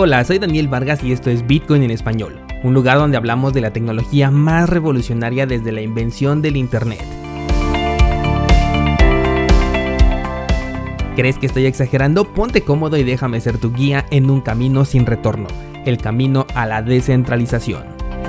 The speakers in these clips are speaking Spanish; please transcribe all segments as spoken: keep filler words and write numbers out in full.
Hola, soy Daniel Vargas y esto es Bitcoin en español, un lugar donde hablamos de la tecnología más revolucionaria desde la invención del Internet. ¿Crees que estoy exagerando? Ponte cómodo y déjame ser tu guía en un camino sin retorno, el camino a la descentralización.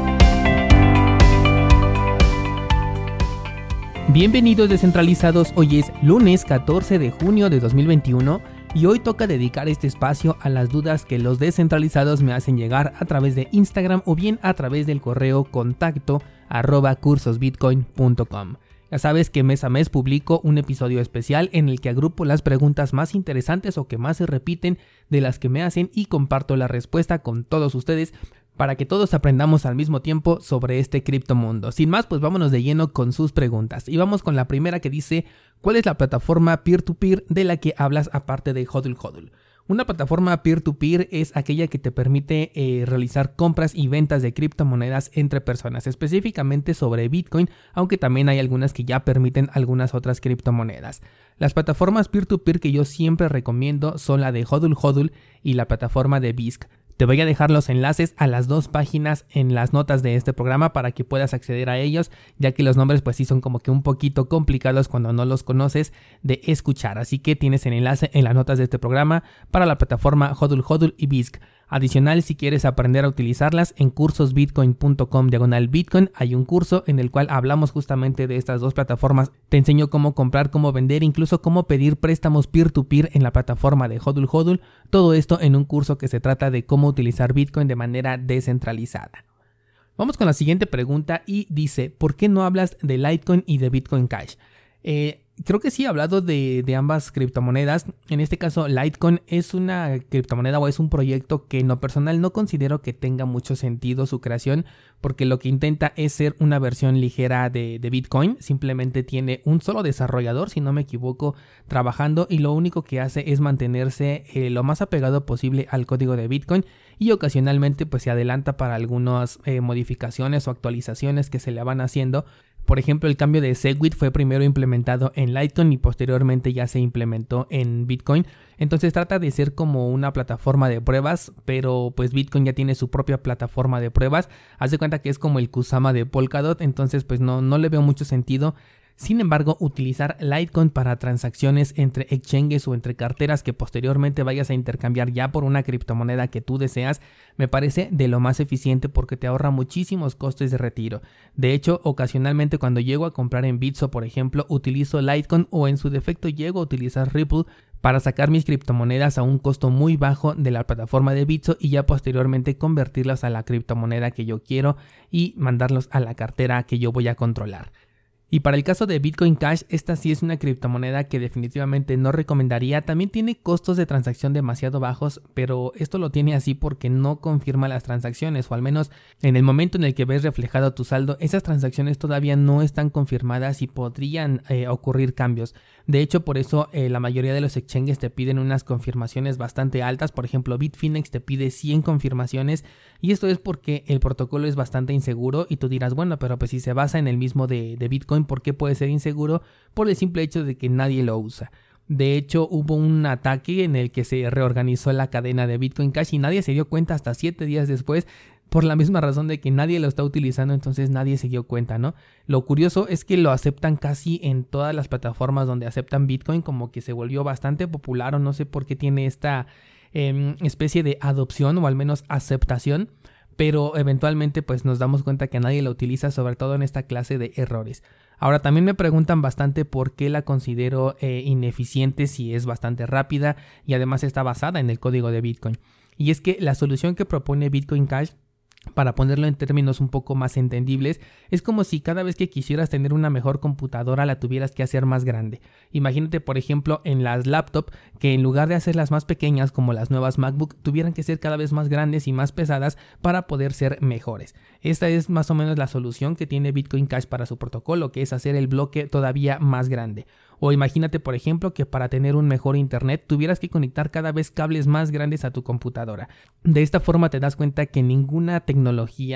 Bienvenidos descentralizados, hoy es lunes catorce de junio de dos mil veintiuno y hoy toca dedicar este espacio a las dudas que los descentralizados me hacen llegar a través de Instagram o bien a través del correo contacto arroba cursosbitcoin punto com. Ya sabes que mes a mes publico un episodio especial en el que agrupo las preguntas más interesantes o que más se repiten de las que me hacen y comparto la respuesta con todos ustedes para que todos aprendamos al mismo tiempo sobre este criptomundo. Sin más, pues vámonos de lleno con sus preguntas. Y vamos con la primera que dice, ¿cuál es la plataforma peer-to-peer de la que hablas aparte de Hodl Hodl? Una plataforma peer-to-peer es aquella que te permite eh, realizar compras y ventas de criptomonedas entre personas, específicamente sobre Bitcoin, aunque también hay algunas que ya permiten algunas otras criptomonedas. Las plataformas peer-to-peer que yo siempre recomiendo son la de Hodl Hodl y la plataforma de Bisq. Te voy a dejar los enlaces a las dos páginas en las notas de este programa para que puedas acceder a ellos, ya que los nombres pues sí son como que un poquito complicados cuando no los conoces de escuchar. Así que tienes el enlace en las notas de este programa para la plataforma Hodl Hodl y Bisq. Adicional, si quieres aprender a utilizarlas, en cursosbitcoin punto com diagonal bitcoin hay un curso en el cual hablamos justamente de estas dos plataformas. Te enseño cómo comprar, cómo vender, incluso cómo pedir préstamos peer-to-peer en la plataforma de Hodl Hodl. Todo esto en un curso que se trata de cómo utilizar Bitcoin de manera descentralizada. Vamos con la siguiente pregunta y dice, ¿por qué no hablas de Litecoin y de Bitcoin Cash? Eh... Creo que sí he hablado de, de ambas criptomonedas. En este caso, Litecoin es una criptomoneda o es un proyecto que en lo personal no considero que tenga mucho sentido su creación, porque lo que intenta es ser una versión ligera de, de Bitcoin. Simplemente tiene un solo desarrollador, si no me equivoco, trabajando, y lo único que hace es mantenerse eh, lo más apegado posible al código de Bitcoin, y ocasionalmente pues se adelanta para algunas eh, modificaciones o actualizaciones que se le van haciendo. Por ejemplo, el cambio de Segwit fue primero implementado en Litecoin y posteriormente ya se implementó en Bitcoin. Entonces trata de ser como una plataforma de pruebas, pero pues Bitcoin ya tiene su propia plataforma de pruebas. Haz de cuenta que es como el Kusama de Polkadot, entonces pues no, no le veo mucho sentido. Sin embargo, utilizar Litecoin para transacciones entre exchanges o entre carteras que posteriormente vayas a intercambiar ya por una criptomoneda que tú deseas, me parece de lo más eficiente porque te ahorra muchísimos costes de retiro. De hecho, ocasionalmente cuando llego a comprar en Bitso, por ejemplo, utilizo Litecoin o en su defecto llego a utilizar Ripple para sacar mis criptomonedas a un costo muy bajo de la plataforma de Bitso y ya posteriormente convertirlas a la criptomoneda que yo quiero y mandarlos a la cartera que yo voy a controlar. Y para el caso de Bitcoin Cash, esta sí es una criptomoneda que definitivamente no recomendaría. También tiene costos de transacción demasiado bajos, pero esto lo tiene así porque no confirma las transacciones, o al menos en el momento en el que ves reflejado tu saldo, esas transacciones todavía no están confirmadas y podrían eh, ocurrir cambios. De hecho, por eso eh, la mayoría de los exchanges te piden unas confirmaciones bastante altas. Por ejemplo, Bitfinex te pide cien confirmaciones y esto es porque el protocolo es bastante inseguro y tú dirás, bueno, pero pues si se basa en el mismo de, de Bitcoin, ¿por qué puede ser inseguro? Por el simple hecho de que nadie lo usa. De hecho, hubo un ataque en el que se reorganizó la cadena de Bitcoin Cash y nadie se dio cuenta hasta siete días después, por la misma razón de que nadie lo está utilizando, entonces nadie se dio cuenta, ¿no? Lo curioso es que lo aceptan casi en todas las plataformas donde aceptan Bitcoin, como que se volvió bastante popular o no sé por qué tiene esta eh, especie de adopción o al menos aceptación, pero eventualmente pues nos damos cuenta que nadie lo utiliza, sobre todo en esta clase de errores. Ahora también me preguntan bastante por qué la considero eh, ineficiente si es bastante rápida y además está basada en el código de Bitcoin. Y es que la solución que propone Bitcoin Cash, para ponerlo en términos un poco más entendibles, es como si cada vez que quisieras tener una mejor computadora la tuvieras que hacer más grande. Imagínate, por ejemplo, en las laptops que en lugar de hacerlas más pequeñas como las nuevas MacBook, tuvieran que ser cada vez más grandes y más pesadas para poder ser mejores. Esta es más o menos la solución que tiene Bitcoin Cash para su protocolo, que es hacer el bloque todavía más grande. O imagínate, por ejemplo, que para tener un mejor internet tuvieras que conectar cada vez cables más grandes a tu computadora. De esta forma te das cuenta que ninguna tecnología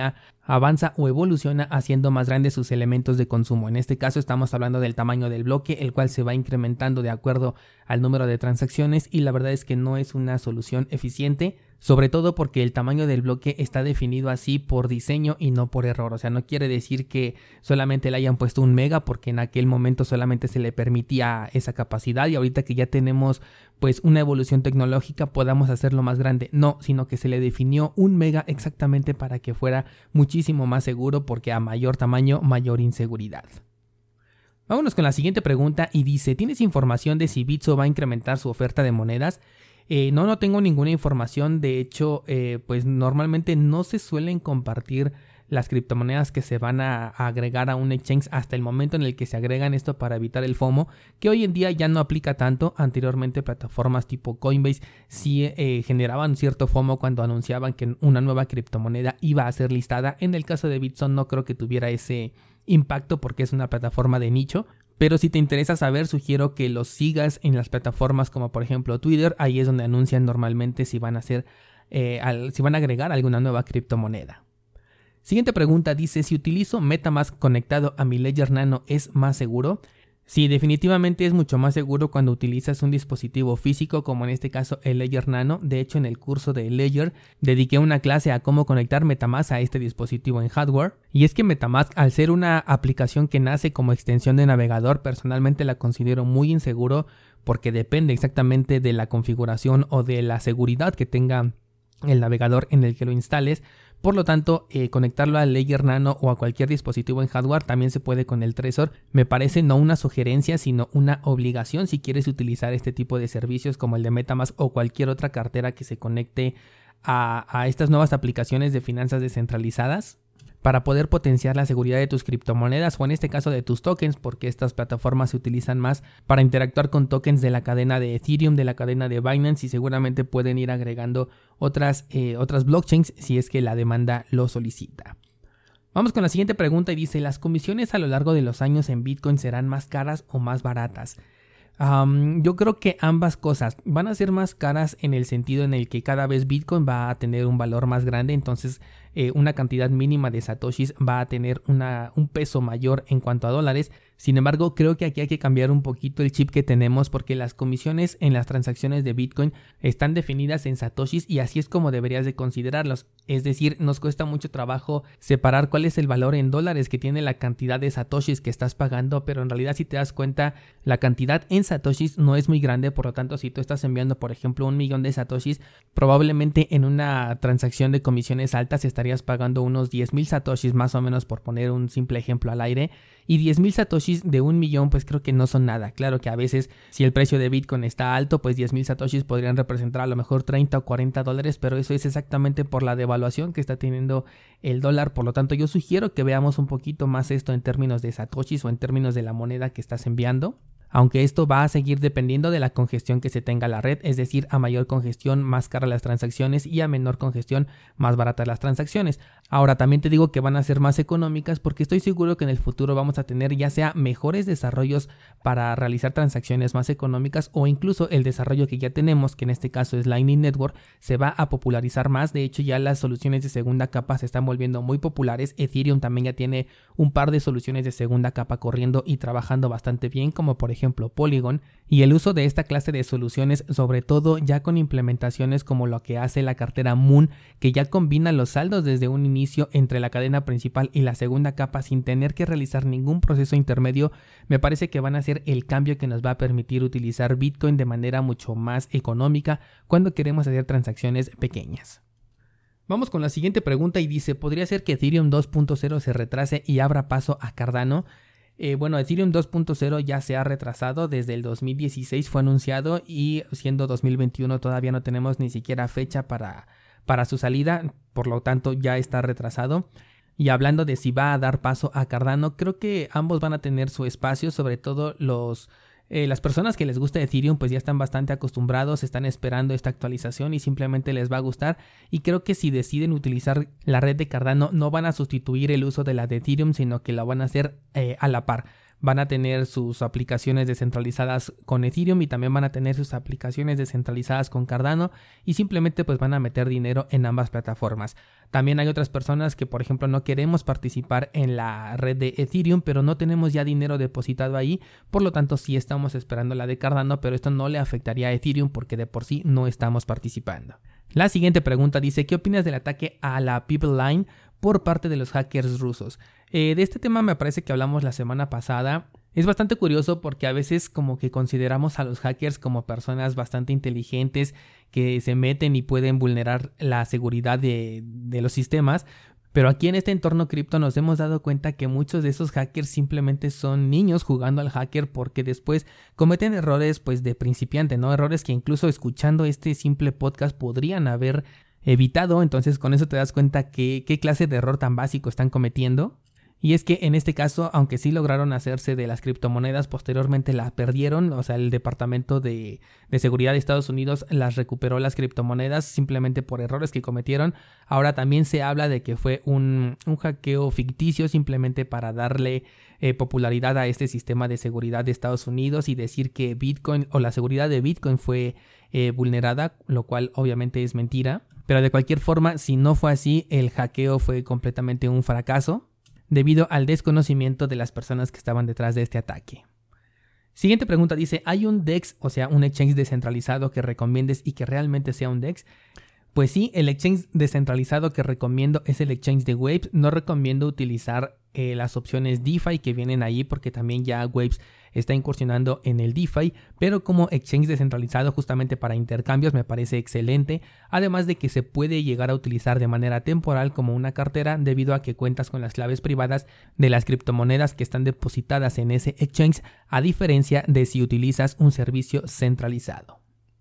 avanza o evoluciona haciendo más grandes sus elementos de consumo. En este caso estamos hablando del tamaño del bloque, el cual se va incrementando de acuerdo al número de transacciones, y la verdad es que no es una solución eficiente, sobre todo porque el tamaño del bloque está definido así por diseño y no por error. O sea, no quiere decir que solamente le hayan puesto un mega porque en aquel momento solamente se le permitía esa capacidad y ahorita que ya tenemos pues una evolución tecnológica podamos hacerlo más grande. No, sino que se le definió un mega exactamente para que fuera muchísimo más seguro, porque a mayor tamaño, mayor inseguridad. Vámonos con la siguiente pregunta y dice, ¿tienes información de si Bitso va a incrementar su oferta de monedas? Eh, no, no tengo ninguna información. De hecho, eh, pues normalmente no se suelen compartir las criptomonedas que se van a, a agregar a un exchange hasta el momento en el que se agregan, esto para evitar el FOMO, que hoy en día ya no aplica tanto. Anteriormente plataformas tipo Coinbase sí eh, generaban cierto FOMO cuando anunciaban que una nueva criptomoneda iba a ser listada. En el caso de Bitso no creo que tuviera ese impacto porque es una plataforma de nicho. Pero si te interesa saber, sugiero que los sigas en las plataformas como por ejemplo Twitter. Ahí es donde anuncian normalmente si van a hacer, eh, al, si van a agregar alguna nueva criptomoneda. Siguiente pregunta dice, si utilizo MetaMask conectado a mi Ledger Nano, ¿es más seguro? Sí, definitivamente es mucho más seguro cuando utilizas un dispositivo físico, como en este caso el Ledger Nano. De hecho, en el curso de Ledger dediqué una clase a cómo conectar MetaMask a este dispositivo en hardware. Y es que MetaMask, al ser una aplicación que nace como extensión de navegador, personalmente la considero muy inseguro porque depende exactamente de la configuración o de la seguridad que tenga el navegador en el que lo instales. Por lo tanto, eh, conectarlo al Ledger Nano o a cualquier dispositivo en hardware también se puede con el Trezor. Me parece no una sugerencia, sino una obligación si quieres utilizar este tipo de servicios como el de MetaMask o cualquier otra cartera que se conecte a, a estas nuevas aplicaciones de finanzas descentralizadas, para poder potenciar la seguridad de tus criptomonedas o en este caso de tus tokens, porque estas plataformas se utilizan más para interactuar con tokens de la cadena de Ethereum, de la cadena de Binance, y seguramente pueden ir agregando otras, eh, otras blockchains si es que la demanda lo solicita. Vamos con la siguiente pregunta y dice, ¿las comisiones a lo largo de los años en Bitcoin serán más caras o más baratas? Um, yo creo que ambas cosas van a ser más caras en el sentido en el que cada vez Bitcoin va a tener un valor más grande, entonces eh, una cantidad mínima de satoshis va a tener una, un peso mayor en cuanto a dólares. Sin embargo, creo que aquí hay que cambiar un poquito el chip que tenemos, porque las comisiones en las transacciones de Bitcoin están definidas en satoshis y así es como deberías de considerarlos. Es decir, nos cuesta mucho trabajo separar cuál es el valor en dólares que tiene la cantidad de satoshis que estás pagando, pero en realidad si te das cuenta, la cantidad en satoshis no es muy grande. Por lo tanto, si tú estás enviando por ejemplo un millón de satoshis, probablemente en una transacción de comisiones altas estarías pagando unos diez mil satoshis más o menos, por poner un simple ejemplo al aire, y diez mil satoshis de un millón pues creo que no son nada. Claro que a veces si el precio de Bitcoin está alto, pues diez mil satoshis podrían representar a lo mejor treinta o cuarenta dólares, pero eso es exactamente por la devaluación que está teniendo el dólar. Por lo tanto, yo sugiero que veamos un poquito más esto en términos de satoshis o en términos de la moneda que estás enviando. Aunque esto va a seguir dependiendo de la congestión que se tenga la red, es decir, a mayor congestión más caras las transacciones y a menor congestión más baratas las transacciones. Ahora también te digo que van a ser más económicas porque estoy seguro que en el futuro vamos a tener ya sea mejores desarrollos para realizar transacciones más económicas o incluso el desarrollo que ya tenemos, que en este caso es Lightning Network, se va a popularizar más. De hecho, ya las soluciones de segunda capa se están volviendo muy populares. Ethereum también ya tiene un par de soluciones de segunda capa corriendo y trabajando bastante bien, como por ejemplo Polygon, y el uso de esta clase de soluciones, sobre todo ya con implementaciones como lo que hace la cartera Moon, que ya combina los saldos desde un inicio entre la cadena principal y la segunda capa sin tener que realizar ningún proceso intermedio, me parece que van a ser el cambio que nos va a permitir utilizar Bitcoin de manera mucho más económica cuando queremos hacer transacciones pequeñas. Vamos con la siguiente pregunta y dice, ¿podría ser que Ethereum dos punto cero se retrase y abra paso a Cardano? Eh, bueno, Ethereum dos punto cero ya se ha retrasado, desde el dos mil dieciséis fue anunciado y siendo dos mil veintiuno todavía no tenemos ni siquiera fecha para, para su salida, por lo tanto ya está retrasado. Y hablando de si va a dar paso a Cardano, creo que ambos van a tener su espacio, sobre todo los... Eh, las personas que les gusta Ethereum pues ya están bastante acostumbrados, están esperando esta actualización y simplemente les va a gustar, y creo que si deciden utilizar la red de Cardano no van a sustituir el uso de la de Ethereum, sino que la van a hacer eh, a la par. van a tener sus aplicaciones descentralizadas con Ethereum y también van a tener sus aplicaciones descentralizadas con Cardano y simplemente pues van a meter dinero en ambas plataformas. También hay otras personas que, por ejemplo, no queremos participar en la red de Ethereum, pero no tenemos ya dinero depositado ahí, por lo tanto sí estamos esperando la de Cardano, pero esto no le afectaría a Ethereum porque de por sí no estamos participando. La siguiente pregunta dice: ¿qué opinas del ataque a la People Line por parte de los hackers rusos? Eh, de este tema me parece que hablamos la semana pasada. Es bastante curioso porque a veces como que consideramos a los hackers como personas bastante inteligentes que se meten y pueden vulnerar la seguridad de, de los sistemas. Pero aquí en este entorno cripto nos hemos dado cuenta que muchos de esos hackers simplemente son niños jugando al hacker porque después cometen errores pues de principiante, ¿no? Errores que incluso escuchando este simple podcast podrían haber evitado. Entonces con eso te das cuenta que qué clase de error tan básico están cometiendo. Y es que en este caso, aunque sí lograron hacerse de las criptomonedas, posteriormente las perdieron. O sea, el Departamento de, de Seguridad de Estados Unidos las recuperó las criptomonedas simplemente por errores que cometieron. Ahora también se habla de que fue un, un hackeo ficticio simplemente para darle eh, popularidad a este sistema de seguridad de Estados Unidos y decir que Bitcoin o la seguridad de Bitcoin fue eh, vulnerada, lo cual obviamente es mentira. Pero de cualquier forma, si no fue así, el hackeo fue completamente un fracaso, debido al desconocimiento de las personas que estaban detrás de este ataque. Siguiente pregunta dice: ¿hay un D E X, o sea un exchange descentralizado que recomiendes y que realmente sea un D E X? Pues sí, el exchange descentralizado que recomiendo es el exchange de Waves. No recomiendo utilizar eh, las opciones DeFi que vienen ahí porque también ya Waves está incursionando en el DeFi, pero como exchange descentralizado justamente para intercambios me parece excelente, además de que se puede llegar a utilizar de manera temporal como una cartera debido a que cuentas con las claves privadas de las criptomonedas que están depositadas en ese exchange, a diferencia de si utilizas un servicio centralizado.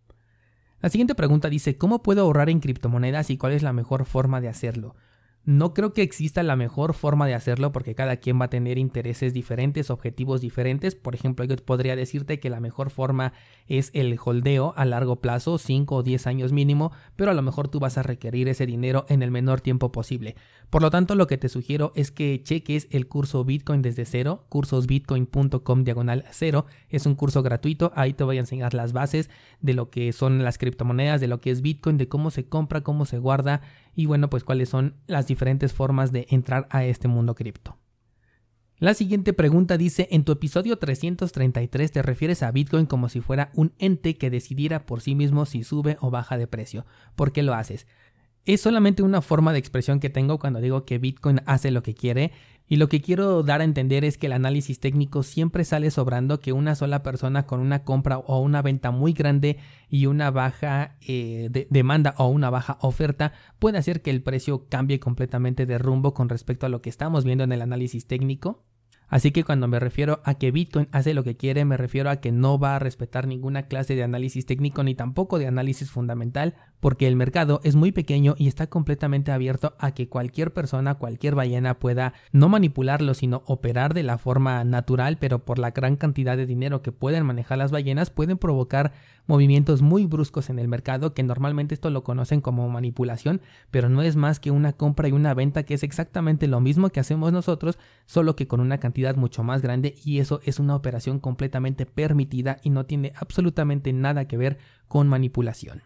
La siguiente pregunta dice: ¿cómo puedo ahorrar en criptomonedas y cuál es la mejor forma de hacerlo? No creo que exista la mejor forma de hacerlo porque cada quien va a tener intereses diferentes, objetivos diferentes. Por ejemplo, yo podría decirte que la mejor forma es el holdeo a largo plazo, cinco o diez años mínimo, pero a lo mejor tú vas a requerir ese dinero en el menor tiempo posible. Por lo tanto, lo que te sugiero es que cheques el curso Bitcoin desde cero, cursosbitcoin punto com diagonal cero. Es un curso gratuito, ahí te voy a enseñar las bases de lo que son las criptomonedas, de lo que es Bitcoin, de cómo se compra, cómo se guarda y bueno, pues cuáles son las diferentes formas de entrar a este mundo cripto. La siguiente pregunta dice: en tu episodio trescientos treinta y tres te refieres a Bitcoin como si fuera un ente que decidiera por sí mismo si sube o baja de precio. ¿Por qué lo haces? Es solamente una forma de expresión que tengo cuando digo que Bitcoin hace lo que quiere, y lo que quiero dar a entender es que el análisis técnico siempre sale sobrando, que una sola persona con una compra o una venta muy grande y una baja eh, de demanda o una baja oferta puede hacer que el precio cambie completamente de rumbo con respecto a lo que estamos viendo en el análisis técnico. Así que cuando me refiero a que Bitcoin hace lo que quiere, me refiero a que no va a respetar ninguna clase de análisis técnico ni tampoco de análisis fundamental, porque el mercado es muy pequeño y está completamente abierto a que cualquier persona, cualquier ballena pueda no manipularlo, sino operar de la forma natural, pero por la gran cantidad de dinero que pueden manejar las ballenas, pueden provocar movimientos muy bruscos en el mercado, que normalmente esto lo conocen como manipulación, pero no es más que una compra y una venta, que es exactamente lo mismo que hacemos nosotros, solo que con una cantidad mucho más grande, y eso es una operación completamente permitida y no tiene absolutamente nada que ver con manipulación.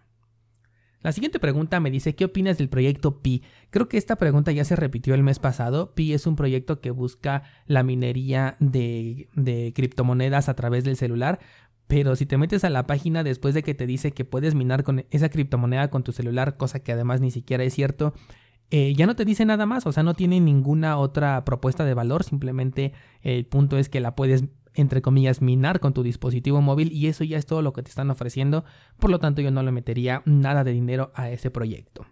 La siguiente pregunta me dice: ¿qué opinas del proyecto Pi? Creo que esta pregunta ya se repitió el mes pasado. Pi es un proyecto que busca la minería de, de criptomonedas a través del celular, pero si te metes a la página después de que te dice que puedes minar con esa criptomoneda con tu celular, cosa que además ni siquiera es cierto, Eh, ya no te dice nada más, o sea, no tiene ninguna otra propuesta de valor, simplemente el punto es que la puedes, entre comillas, minar con tu dispositivo móvil y eso ya es todo lo que te están ofreciendo, por lo tanto yo no le metería nada de dinero a ese proyecto.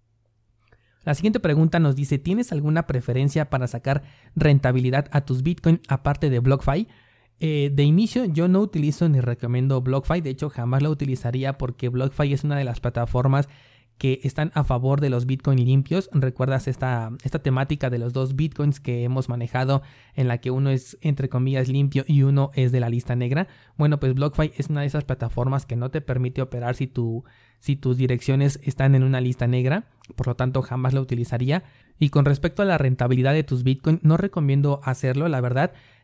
La siguiente pregunta nos dice: ¿tienes alguna preferencia para sacar rentabilidad a tus Bitcoin aparte de BlockFi? Eh, de inicio yo no utilizo ni recomiendo BlockFi, de hecho jamás la utilizaría porque BlockFi es una de las plataformas que están a favor de los Bitcoin limpios. ¿Recuerdas esta, esta temática de los dos Bitcoins que hemos manejado, en la que uno es entre comillas limpio y uno es de la lista negra? Bueno, pues BlockFi es una de esas plataformas que no te permite operar si, tu, si tus direcciones están en una lista negra, por lo tanto jamás la utilizaría. Y con respecto a la rentabilidad de tus Bitcoin, no recomiendo hacerlo, la verdad.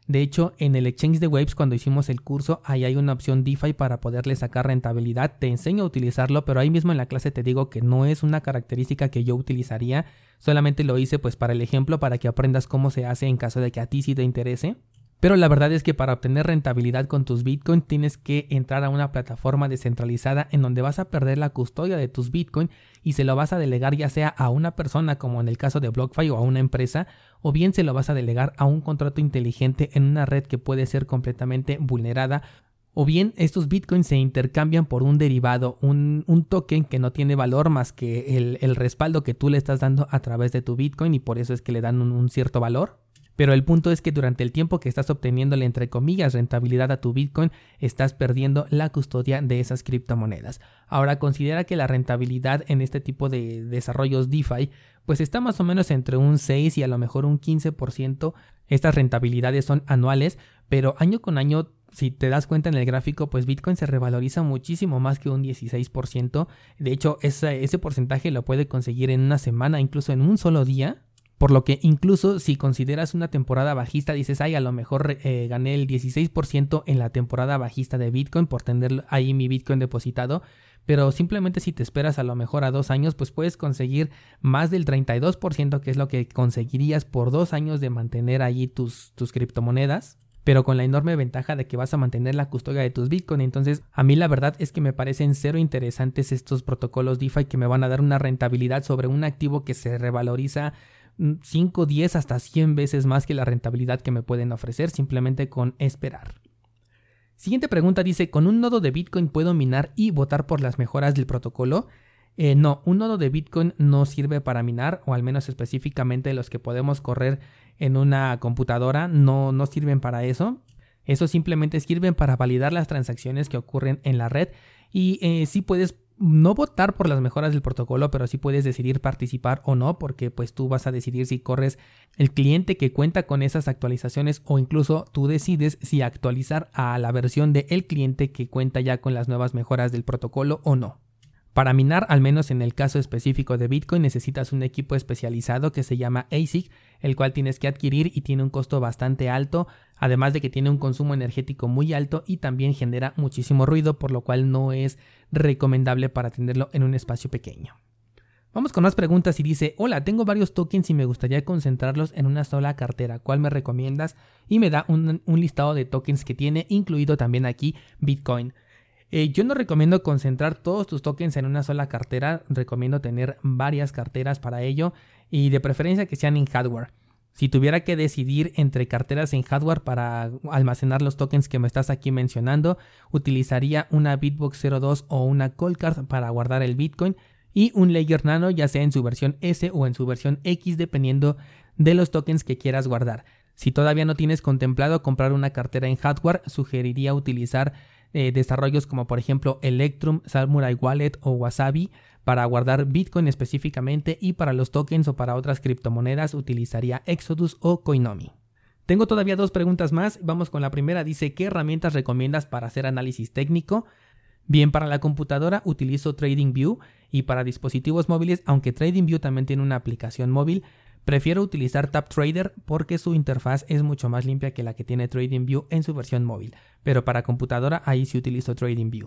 De hecho, en el exchange de Waves, cuando hicimos el curso, ahí hay una opción DeFi para poderle sacar rentabilidad. Te enseño a utilizarlo, pero ahí mismo en la clase te digo que no es una característica que yo utilizaría. Solamente lo hice pues para el ejemplo, para que aprendas cómo se hace en caso de que a ti sí te interese. Pero la verdad es que para obtener rentabilidad con tus Bitcoin tienes que entrar a una plataforma descentralizada en donde vas a perder la custodia de tus Bitcoin y se lo vas a delegar ya sea a una persona, como en el caso de BlockFi, o a una empresa, o bien se lo vas a delegar a un contrato inteligente en una red que puede ser completamente vulnerada, o bien estos Bitcoins se intercambian por un derivado, un, un token que no tiene valor más que el, el respaldo que tú le estás dando a través de tu Bitcoin, y por eso es que le dan un, un cierto valor. Pero el punto es que durante el tiempo que estás obteniéndole, entre comillas, rentabilidad a tu Bitcoin, estás perdiendo la custodia de esas criptomonedas. Ahora, considera que la rentabilidad en este tipo de desarrollos DeFi pues está más o menos entre un seis y a lo mejor un quince por ciento. Estas rentabilidades son anuales, pero año con año, si te das cuenta en el gráfico, pues Bitcoin se revaloriza muchísimo más que un dieciséis por ciento. De hecho, ese, ese porcentaje lo puede conseguir en una semana, incluso en un solo día. Por lo que incluso si consideras una temporada bajista, dices, ay, a lo mejor eh, gané el dieciséis por ciento en la temporada bajista de Bitcoin por tener ahí mi Bitcoin depositado, pero simplemente si te esperas a lo mejor a dos años, pues puedes conseguir más del treinta y dos por ciento, que es lo que conseguirías por dos años de mantener allí tus, tus criptomonedas, pero con la enorme ventaja de que vas a mantener la custodia de tus Bitcoin. Entonces, a mí la verdad es que me parecen cero interesantes estos protocolos DeFi que me van a dar una rentabilidad sobre un activo que se revaloriza cinco, diez, hasta cien veces más que la rentabilidad que me pueden ofrecer simplemente con esperar. Siguiente pregunta dice, ¿con un nodo de Bitcoin puedo minar y votar por las mejoras del protocolo? Eh, no, un nodo de Bitcoin no sirve para minar, o al menos específicamente los que podemos correr en una computadora no, no sirven para eso. Eso simplemente sirven para validar las transacciones que ocurren en la red, y eh, sí puedes no votar por las mejoras del protocolo, pero sí puedes decidir participar o no, porque pues tú vas a decidir si corres el cliente que cuenta con esas actualizaciones, o incluso tú decides si actualizar a la versión del cliente que cuenta ya con las nuevas mejoras del protocolo o no. Para minar, al menos en el caso específico de Bitcoin, necesitas un equipo especializado que se llama A S I C, el cual tienes que adquirir y tiene un costo bastante alto, además de que tiene un consumo energético muy alto y también genera muchísimo ruido, por lo cual no es recomendable para tenerlo en un espacio pequeño. Vamos con más preguntas y dice, hola, tengo varios tokens y me gustaría concentrarlos en una sola cartera, ¿cuál me recomiendas? Y me da un, un listado de tokens que tiene, incluido también aquí Bitcoin. Eh, yo no recomiendo concentrar todos tus tokens en una sola cartera, recomiendo tener varias carteras para ello, y de preferencia que sean en hardware. Si tuviera que decidir entre carteras en hardware para almacenar los tokens que me estás aquí mencionando, utilizaría una Bitbox cero dos o una Coldcard para guardar el Bitcoin, y un Ledger Nano, ya sea en su versión S o en su versión X, dependiendo de los tokens que quieras guardar. Si todavía no tienes contemplado comprar una cartera en hardware, sugeriría utilizar eh, desarrollos como por ejemplo Electrum, Samurai Wallet o Wasabi para guardar Bitcoin específicamente, y para los tokens o para otras criptomonedas utilizaría Exodus o Coinomi. Tengo todavía dos preguntas más, vamos con la primera. Dice, ¿qué herramientas recomiendas para hacer análisis técnico? Bien, para la computadora utilizo TradingView, y para dispositivos móviles, aunque TradingView también tiene una aplicación móvil, prefiero utilizar TapTrader porque su interfaz es mucho más limpia que la que tiene TradingView en su versión móvil, pero para computadora ahí sí utilizo TradingView.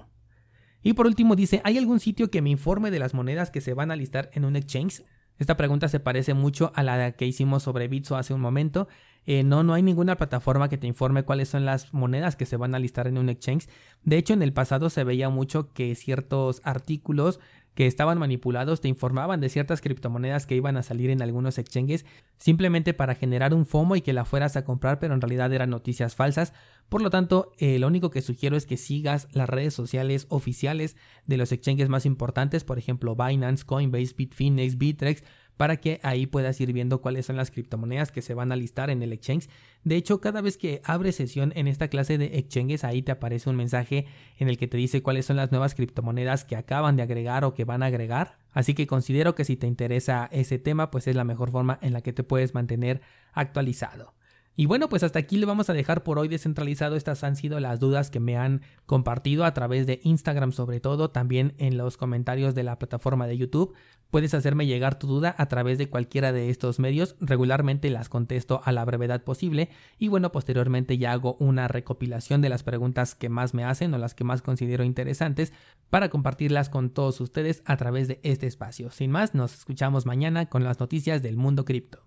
Y por último dice, ¿hay algún sitio que me informe de las monedas que se van a listar en un exchange? Esta pregunta se parece mucho a la que hicimos sobre Bitso hace un momento. Eh, no, no hay ninguna plataforma que te informe cuáles son las monedas que se van a listar en un exchange. De hecho, en el pasado se veía mucho que ciertos artículos que estaban manipulados te informaban de ciertas criptomonedas que iban a salir en algunos exchanges, simplemente para generar un FOMO y que la fueras a comprar, pero en realidad eran noticias falsas. Por lo tanto, eh, lo único que sugiero es que sigas las redes sociales oficiales de los exchanges más importantes, por ejemplo Binance, Coinbase, Bitfinex, Bittrex, para que ahí puedas ir viendo cuáles son las criptomonedas que se van a listar en el exchange. De hecho, cada vez que abres sesión en esta clase de exchanges, ahí te aparece un mensaje en el que te dice cuáles son las nuevas criptomonedas que acaban de agregar o que van a agregar. Así que considero que si te interesa ese tema, pues es la mejor forma en la que te puedes mantener actualizado. Y bueno, pues hasta aquí le vamos a dejar por hoy descentralizado. Estas han sido las dudas que me han compartido a través de Instagram, sobre todo también en los comentarios de la plataforma de YouTube. Puedes hacerme llegar tu duda a través de cualquiera de estos medios. Regularmente las contesto a la brevedad posible y bueno, posteriormente ya hago una recopilación de las preguntas que más me hacen o las que más considero interesantes para compartirlas con todos ustedes a través de este espacio. Sin más, nos escuchamos mañana con las noticias del mundo cripto.